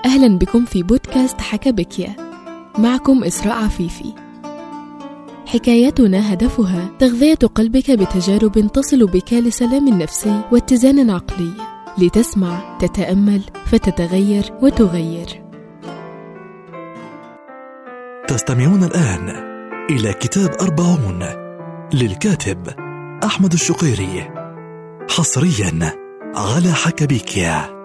أهلا بكم في بودكاست حكابكيا، معكم إسراء عفيفي. حكاياتنا هدفها تغذية قلبك بتجارب تصل بك لسلام نفسي واتزان عقلي، لتسمع، تتأمل، فتتغير وتغير. تستمعون الآن إلى كتاب 40 للكاتب أحمد الشقيري، حصريا على حكابكيا.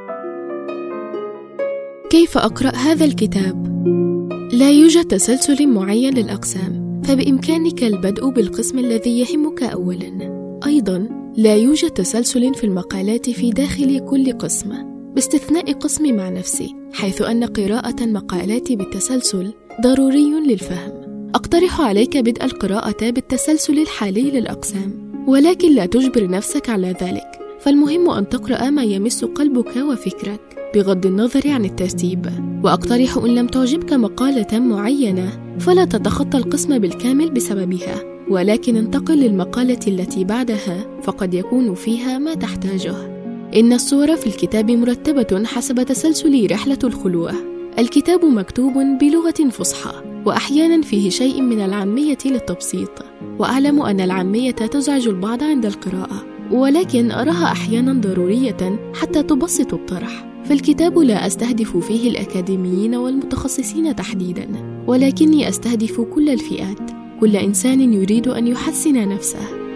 كيف أقرأ هذا الكتاب؟ لا يوجد تسلسل معين للأقسام، فبإمكانك البدء بالقسم الذي يهمك أولاً. أيضاً لا يوجد تسلسل في المقالات في داخل كل قسم، باستثناء قسم مع نفسي، حيث أن قراءة المقالات بالتسلسل ضروري للفهم. أقترح عليك بدء القراءة بالتسلسل الحالي للأقسام، ولكن لا تجبر نفسك على ذلك، فالمهم أن تقرأ ما يمس قلبك وفكرك بغض النظر عن الترتيب. وأقترح إن لم تعجبك مقالة معينة فلا تتخطى القسم بالكامل بسببها، ولكن انتقل للمقالة التي بعدها، فقد يكون فيها ما تحتاجه. إن الصور في الكتاب مرتبة حسب تسلسل رحلة الخلوة. الكتاب مكتوب بلغة فصحى، وأحيانا فيه شيء من العامية للتبسيط، وأعلم أن العامية تزعج البعض عند القراءة، ولكن أراها أحيانا ضرورية حتى تبسط الطرح. فالكتاب لا أستهدف فيه الأكاديميين والمتخصصين تحديدا، ولكني أستهدف كل الفئات، كل إنسان يريد أن يحسن نفسه.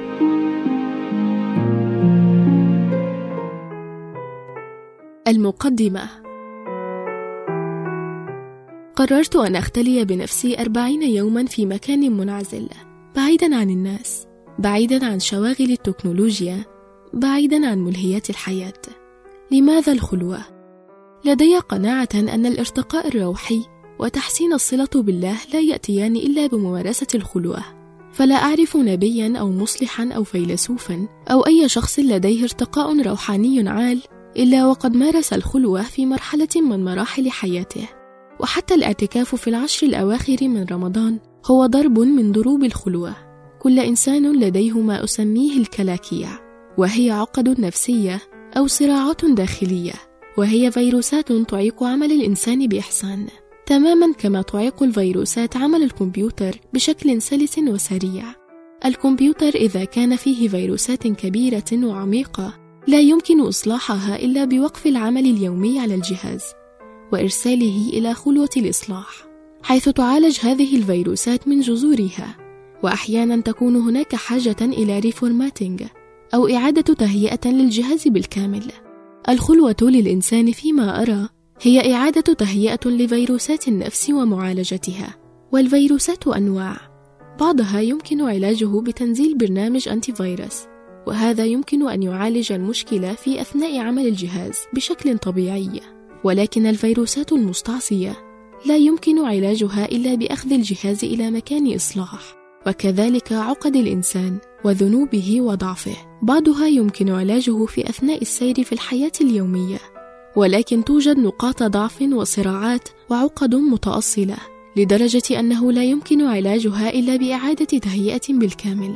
المقدمة. قررت أن أختلي بنفسي 40 يوما في مكان منعزل، بعيدا عن الناس، بعيدا عن شواغل التكنولوجيا، بعيدا عن ملهيات الحياة. لماذا الخلوة؟ لدي قناعة أن الارتقاء الروحي وتحسين الصلة بالله لا يأتيان إلا بممارسة الخلوة، فلا أعرف نبيا أو مصلحا أو فيلسوفا أو أي شخص لديه ارتقاء روحاني عال إلا وقد مارس الخلوة في مرحلة من مراحل حياته. وحتى الاعتكاف في العشر الأواخر من رمضان هو ضرب من ضروب الخلوة. كل إنسان لديه ما أسميه الكلاكيع، وهي عقد نفسية أو صراعات داخلية، وهي فيروسات تعيق عمل الإنسان بإحسان، تماما كما تعيق الفيروسات عمل الكمبيوتر بشكل سلس وسريع. الكمبيوتر إذا كان فيه فيروسات كبيرة وعميقة لا يمكن إصلاحها إلا بوقف العمل اليومي على الجهاز وإرساله إلى خلوة الإصلاح، حيث تعالج هذه الفيروسات من جذورها. وأحيانا تكون هناك حاجة إلى ريفورماتينج أو إعادة تهيئة للجهاز بالكامل. الخلوة للإنسان فيما أرى هي إعادة تهيئة لفيروسات النفس ومعالجتها. والفيروسات أنواع، بعضها يمكن علاجه بتنزيل برنامج أنتي فيروس، وهذا يمكن أن يعالج المشكلة في أثناء عمل الجهاز بشكل طبيعي. ولكن الفيروسات المستعصية لا يمكن علاجها إلا بأخذ الجهاز إلى مكان إصلاح. وكذلك عقد الإنسان وذنوبه وضعفه، بعضها يمكن علاجه في أثناء السير في الحياة اليومية، ولكن توجد نقاط ضعف وصراعات وعقد متأصلة لدرجة أنه لا يمكن علاجها إلا بإعادة تهيئة بالكامل.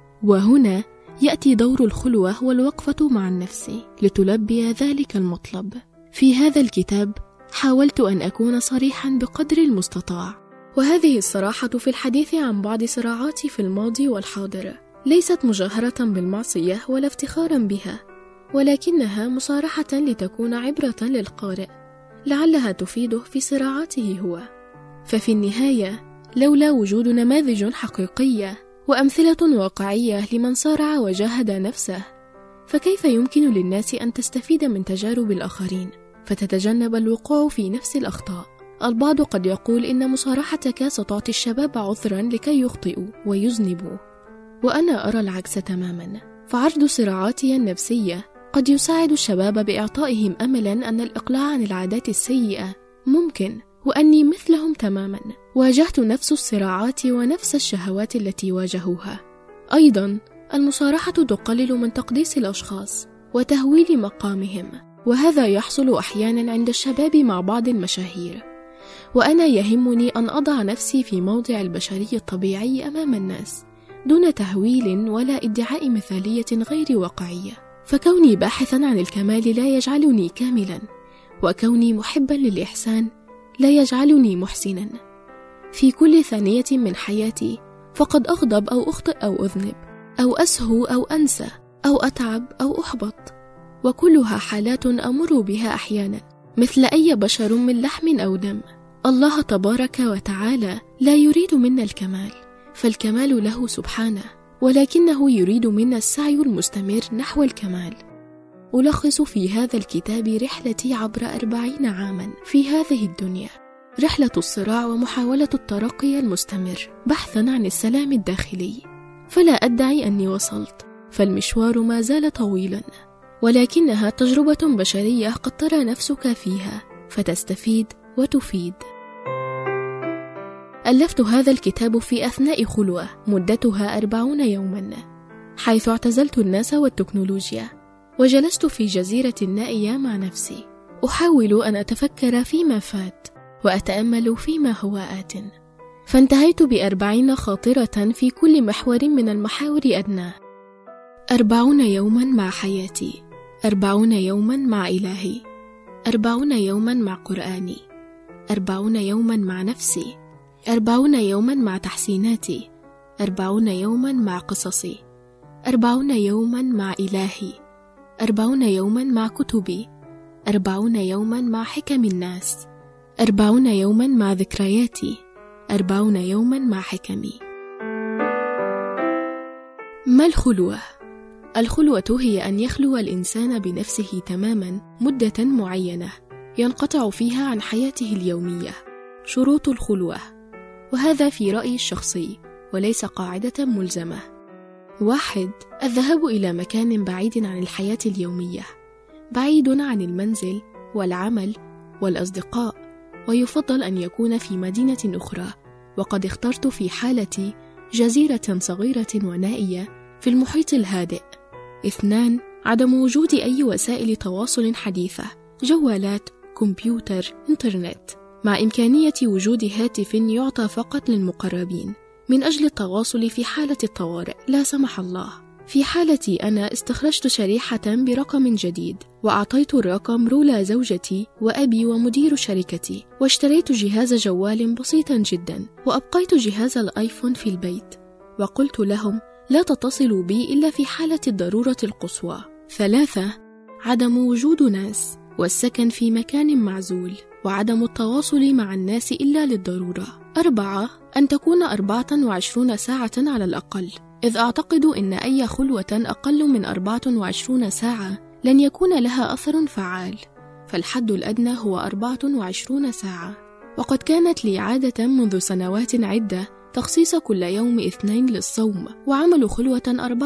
وهنا يأتي دور الخلوة والوقفة مع النفس لتلبي ذلك المطلب. في هذا الكتاب حاولت أن أكون صريحا بقدر المستطاع، وهذه الصراحة في الحديث عن بعض صراعاتي في الماضي والحاضر ليست مجاهرة بالمعصية ولا افتخارا بها، ولكنها مصارحة لتكون عبرة للقارئ، لعلها تفيده في صراعاته هو. ففي النهاية لولا وجود نماذج حقيقية وأمثلة واقعية لمن صارع وجاهد نفسه، فكيف يمكن للناس أن تستفيد من تجارب الآخرين فتتجنب الوقوع في نفس الأخطاء؟ البعض قد يقول إن مصارحتك ستعطي الشباب عذرا لكي يخطئوا ويذنبوا، وأنا أرى العكس تماما. فعرض صراعاتي النفسية قد يساعد الشباب بإعطائهم أملا أن الإقلاع عن العادات السيئة ممكن، وأني مثلهم تماما واجهت نفس الصراعات ونفس الشهوات التي واجهوها. أيضا المصارحة تقلل من تقديس الأشخاص وتهويل مقامهم، وهذا يحصل أحيانا عند الشباب مع بعض المشاهير، وأنا يهمني أن أضع نفسي في موضع البشري الطبيعي أمام الناس دون تهويل ولا ادعاء مثالية غير واقعية. فكوني باحثا عن الكمال لا يجعلني كاملا، وكوني محبا للإحسان لا يجعلني محسنا. في كل ثانية من حياتي فقد أغضب أو أخطئ أو أذنب أو أسهو أو أنسى أو أتعب أو أحبط، وكلها حالات أمر بها أحيانا مثل أي بشر من لحم أو دم. الله تبارك وتعالى لا يريد منا الكمال، فالكمال له سبحانه، ولكنه يريد منا السعي المستمر نحو الكمال. ألخص في هذا الكتاب رحلتي عبر 40 عاما في هذه الدنيا، رحلة الصراع ومحاولة الترقي المستمر بحثا عن السلام الداخلي. فلا أدعي أني وصلت، فالمشوار ما زال طويلا، ولكنها تجربة بشرية قد ترى نفسك فيها فتستفيد وتفيد. ألفت هذا الكتاب في أثناء خلوة مدتها 40 يوما، حيث اعتزلت الناس والتكنولوجيا، وجلست في جزيرة نائية مع نفسي، أحاول أن أتفكر فيما فات وأتأمل فيما هو آت. فانتهيت ب40 خاطرة في كل محور من المحاور أدناه. 40 يوما مع حياتي، 40 يوما مع إلهي، 40 يوما مع قرآني، 40 يوما مع نفسي، 40 يوما مع تحسيناتي، 40 يوما مع قصصي، 40 يوما مع إلهي، 40 يوما مع كتبي، 40 يوما مع حكم الناس، 40 يوما مع ذكرياتي، 40 يوما مع حكمي. ما الخلوة؟ الخلوة هي أن يخلو الإنسان بنفسه تماما مدة معينة ينقطع فيها عن حياته اليومية. شروط الخلوة، وهذا في رأيي الشخصي وليس قاعدة ملزمة. 1. الذهاب إلى مكان بعيد عن الحياة اليومية، بعيد عن المنزل والعمل والأصدقاء، ويفضل أن يكون في مدينة أخرى، وقد اخترت في حالتي جزيرة صغيرة ونائية في المحيط الهادئ. 2. عدم وجود أي وسائل تواصل حديثة، جوالات، كمبيوتر، إنترنت، مع إمكانية وجود هاتف يعطى فقط للمقربين من أجل التواصل في حالة الطوارئ لا سمح الله. في حالتي أنا استخرجت شريحة برقم جديد، وأعطيت الرقم رولا زوجتي وأبي ومدير شركتي، واشتريت جهاز جوال بسيطا جدا، وأبقيت جهاز الآيفون في البيت، وقلت لهم لا تتصلوا بي إلا في حالة الضرورة القصوى. 3. عدم وجود ناس، والسكن في مكان معزول، وعدم التواصل مع الناس إلا للضرورة. 4. أن تكون 24 ساعة على الأقل، إذ أعتقد أن أي خلوة أقل من 24 ساعة لن يكون لها أثر فعال، فالحد الأدنى هو 24 ساعة. وقد كانت لي عادة منذ سنوات عدة تخصيص كل يوم اثنين للصوم وعمل خلوة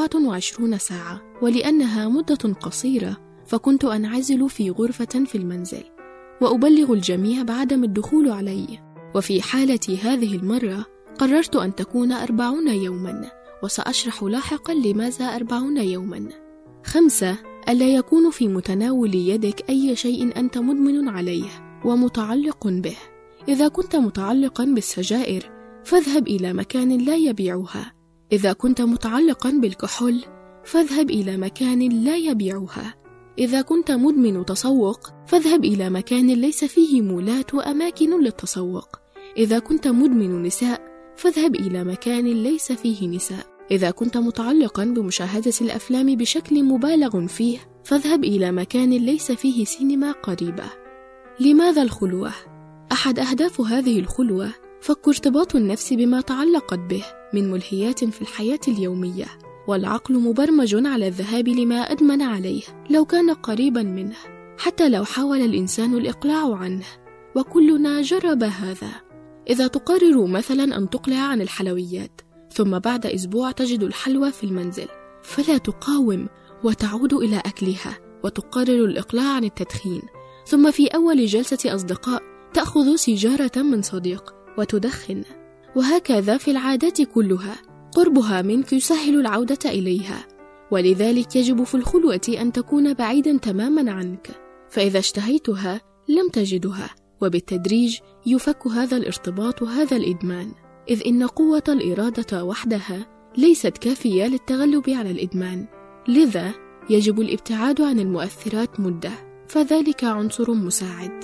24 ساعة، ولأنها مدة قصيرة فكنت أنعزل في غرفة في المنزل وأبلغ الجميع بعدم الدخول علي. وفي حالتي هذه المرة قررت أن تكون 40 يوما، وسأشرح لاحقا لماذا 40 يوما. 5. ألا يكون في متناول يدك أي شيء أنت مدمن عليه ومتعلق به. إذا كنت متعلقا بالسجائر فاذهب إلى مكان لا يبيعها، إذا كنت متعلقا بالكحول فاذهب إلى مكان لا يبيعها، إذا كنت مدمن تسوق فاذهب إلى مكان ليس فيه مولات وأماكن للتسوق، إذا كنت مدمن نساء فاذهب إلى مكان ليس فيه نساء، إذا كنت متعلقا بمشاهدة الأفلام بشكل مبالغ فيه فاذهب إلى مكان ليس فيه سينما قريبة. لماذا الخلوة؟ أحد أهداف هذه الخلوة فك ارتباط النفس بما تعلقت به من ملهيات في الحياة اليومية، والعقل مبرمج على الذهاب لما أدمن عليه لو كان قريبا منه، حتى لو حاول الإنسان الإقلاع عنه، وكلنا جرب هذا. إذا تقرر مثلا أن تقلع عن الحلويات ثم بعد أسبوع تجد الحلوى في المنزل، فلا تقاوم وتعود إلى أكلها وتقرر الإقلاع عن التدخين، ثم في أول جلسة أصدقاء تأخذ سيجارة من صديق وتدخن، وهكذا في العادات كلها. قربها منك يسهل العودة إليها، ولذلك يجب في الخلوة أن تكون بعيدا تماما عنك، فإذا اشتهيتها لم تجدها، وبالتدريج يفك هذا الارتباط وهذا الإدمان، إذ إن قوة الإرادة وحدها ليست كافية للتغلب على الإدمان، لذا يجب الابتعاد عن المؤثرات مدة. فذلك عنصر مساعد.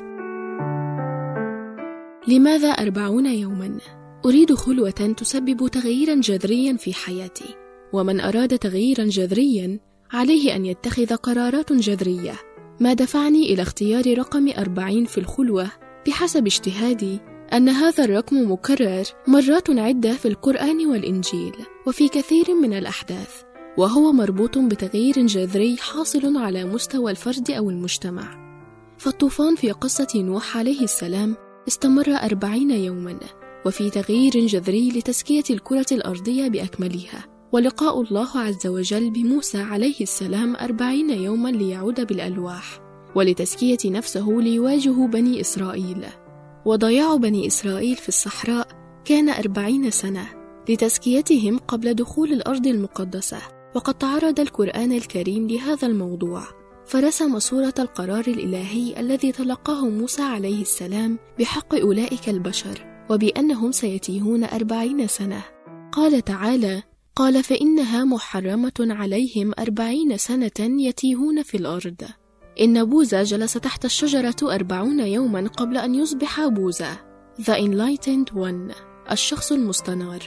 لماذا 40 يوما؟ أريد خلوة تسبب تغييرا جذريا في حياتي، ومن أراد تغييرا جذريا عليه أن يتخذ قرارات جذرية. ما دفعني إلى اختيار رقم 40 في الخلوة بحسب اجتهادي أن هذا الرقم مكرر مرات عدة في القرآن والإنجيل وفي كثير من الأحداث، وهو مربوط بتغيير جذري حاصل على مستوى الفرد أو المجتمع. فالطوفان في قصة نوح عليه السلام استمر 40 يوما، وفي تغيير جذري لتزكية الكرة الأرضية بأكملها، ولقاء الله عز وجل بموسى عليه السلام 40 يوما ليعود بالألواح، ولتزكية نفسه ليواجه بني إسرائيل. وضياع بني إسرائيل في الصحراء كان 40 سنة لتزكيتهم قبل دخول الأرض المقدسة. وقد تعرض القرآن الكريم لهذا الموضوع، فرسم صورة القرار الإلهي الذي تلقاه موسى عليه السلام بحق أولئك البشر، وبأنهم سيتيهون 40 سنة. قال تعالى: قال فإنها محرمة عليهم 40 سنة يتيهون في الأرض. إن بوذا جلس تحت الشجرة 40 يوما قبل أن يصبح بوذا، The Enlightened One، الشخص المستنار.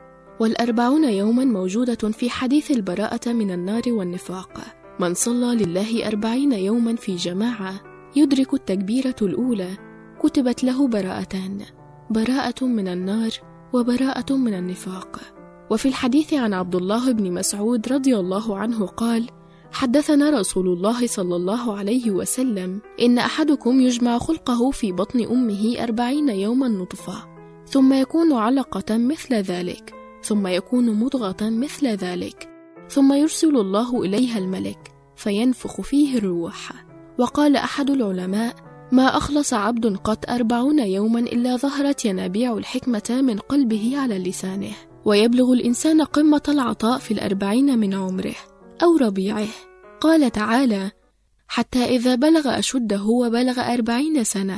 40 يوما موجودة في حديث البراءة من النار والنفاق. من صلى لله 40 يوما في جماعة يدرك التكبيرة الأولى كتبت له براءتان، براءة من النار وبراءة من النفاق. وفي الحديث عن عبد الله بن مسعود رضي الله عنه قال: حدثنا رسول الله صلى الله عليه وسلم: إن أحدكم يجمع خلقه في بطن أمه 40 يوما نطفة، ثم يكون علقة مثل ذلك، ثم يكون مضغة مثل ذلك، ثم يرسل الله إليها الملك فينفخ فيه الروح. وقال أحد العلماء: ما أخلص عبد قط 40 يوما إلا ظهرت ينابيع الحكمة من قلبه على لسانه. ويبلغ الإنسان قمة العطاء في 40 من عمره أو ربيعه. قال تعالى: حتى إذا بلغ أشده وبلغ 40 سنة.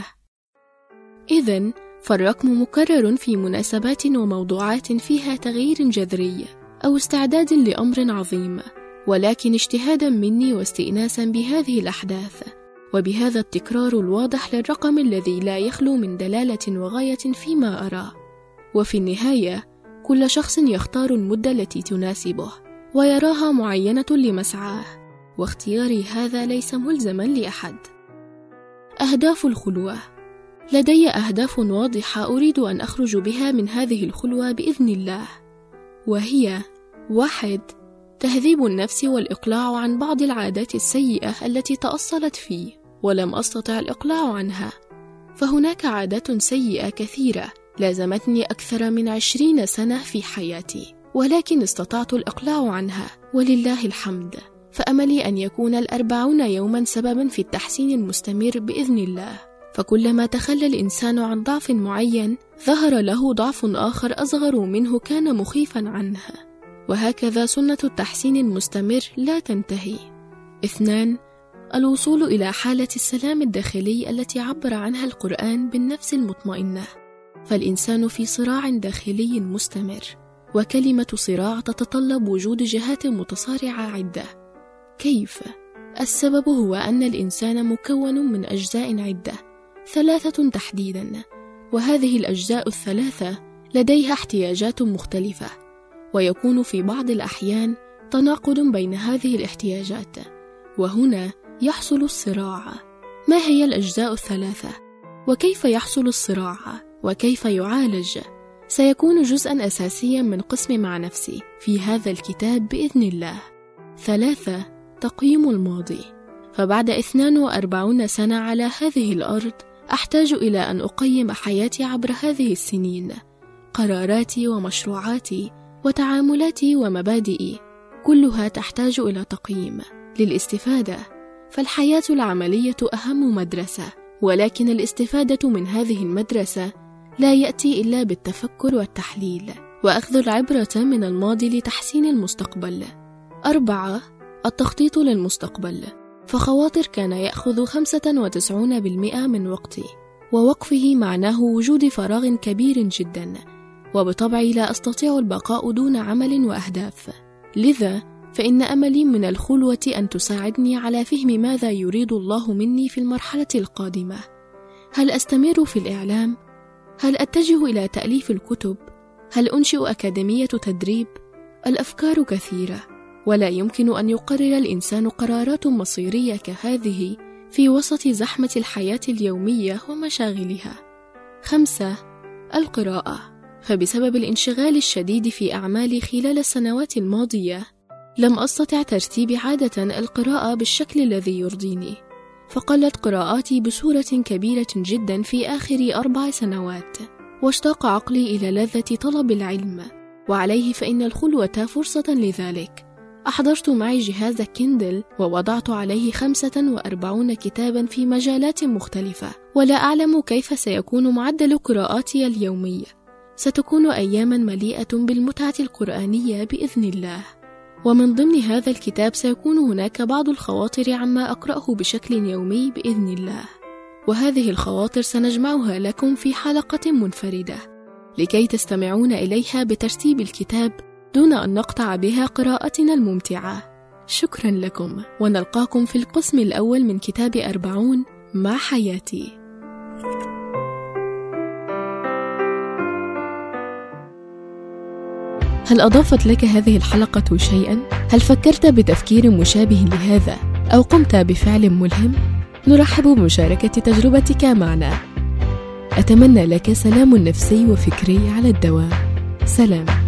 إذن فالرقم مكرر في مناسبات وموضوعات فيها تغيير جذري أو استعداد لأمر عظيم، ولكن اجتهادا مني واستئناسا بهذه الأحداث، وبهذا التكرار الواضح للرقم الذي لا يخلو من دلالة وغاية فيما أرى. وفي النهاية كل شخص يختار المدة التي تناسبه ويراها معينة لمسعاه، واختياري هذا ليس ملزما لأحد. أهداف الخلوة: لدي أهداف واضحة أريد أن أخرج بها من هذه الخلوة بإذن الله، وهي: 1. تهذيب النفس والإقلاع عن بعض العادات السيئة التي تأصلت فيه ولم أستطع الإقلاع عنها. فهناك عادات سيئة كثيرة لازمتني أكثر من 20 سنة في حياتي، ولكن استطعت الإقلاع عنها ولله الحمد. فأملي أن يكون 40 يوما سببا في التحسين المستمر بإذن الله. فكلما تخلى الإنسان عن ضعف معين ظهر له ضعف آخر أصغر منه كان مخيفا عنه، وهكذا سنة التحسين المستمر لا تنتهي. 2. الوصول إلى حالة السلام الداخلي التي عبر عنها القرآن بالنفس المطمئنة. فالإنسان في صراع داخلي مستمر، وكلمة صراع تتطلب وجود جهات متصارعة عدة. كيف؟ السبب هو أن الإنسان مكون من أجزاء عدة، 3 تحديدا، وهذه الأجزاء 3 لديها احتياجات مختلفة، ويكون في بعض الأحيان تناقض بين هذه الاحتياجات، وهنا يحصل الصراع. ما هي الأجزاء 3؟ وكيف يحصل الصراع؟ وكيف يعالج؟ سيكون جزءا أساسيا من قسم مع نفسي في هذا الكتاب بإذن الله. 3. تقييم الماضي. فبعد 42 سنة على هذه الأرض أحتاج إلى أن أقيم حياتي عبر هذه السنين، قراراتي ومشروعاتي وتعاملاتي ومبادئي كلها تحتاج إلى تقييم للاستفادة. فالحياة العملية أهم مدرسة، ولكن الاستفادة من هذه المدرسة لا يأتي إلا بالتفكر والتحليل وأخذ العبرة من الماضي لتحسين المستقبل. 4. التخطيط للمستقبل. فخواطر كان يأخذ 95% من وقتي، ووقفه معناه وجود فراغ كبير جدا، وبطبعي لا أستطيع البقاء دون عمل وأهداف. لذا فإن أملي من الخلوة أن تساعدني على فهم ماذا يريد الله مني في المرحلة القادمة. هل أستمر في الإعلام؟ هل أتجه إلى تأليف الكتب؟ هل أنشئ أكاديمية تدريب؟ الأفكار كثيرة، ولا يمكن أن يقرر الإنسان قرارات مصيرية كهذه في وسط زحمة الحياة اليومية ومشاغلها. 5. القراءة. فبسبب الانشغال الشديد في أعمالي خلال السنوات الماضية، لم أستطع ترتيب عادة القراءة بالشكل الذي يرضيني، فقلت قراءاتي بصورة كبيرة جدا في آخر 4 سنوات، واشتاق عقلي إلى لذة طلب العلم، وعليه فإن الخلوة فرصة لذلك. أحضرت معي جهاز كيندل ووضعت عليه 45 كتابا في مجالات مختلفة، ولا أعلم كيف سيكون معدل قراءاتي اليومية. ستكون أياما مليئة بالمتعة القرآنية بإذن الله. ومن ضمن هذا الكتاب سيكون هناك بعض الخواطر عما أقرأه بشكل يومي بإذن الله، وهذه الخواطر سنجمعها لكم في حلقة منفردة لكي تستمعون إليها بترتيب الكتاب دون أن نقطع بها قراءتنا الممتعة. شكرا لكم، ونلقاكم في القسم الأول من كتاب 40 مع حياتي. هل أضافت لك هذه الحلقة شيئا؟ هل فكرت بتفكير مشابه لهذا أو قمت بفعل ملهم؟ نرحب بمشاركة تجربتك معنا. أتمنى لك سلام نفسي وفكري على الدوام. سلام.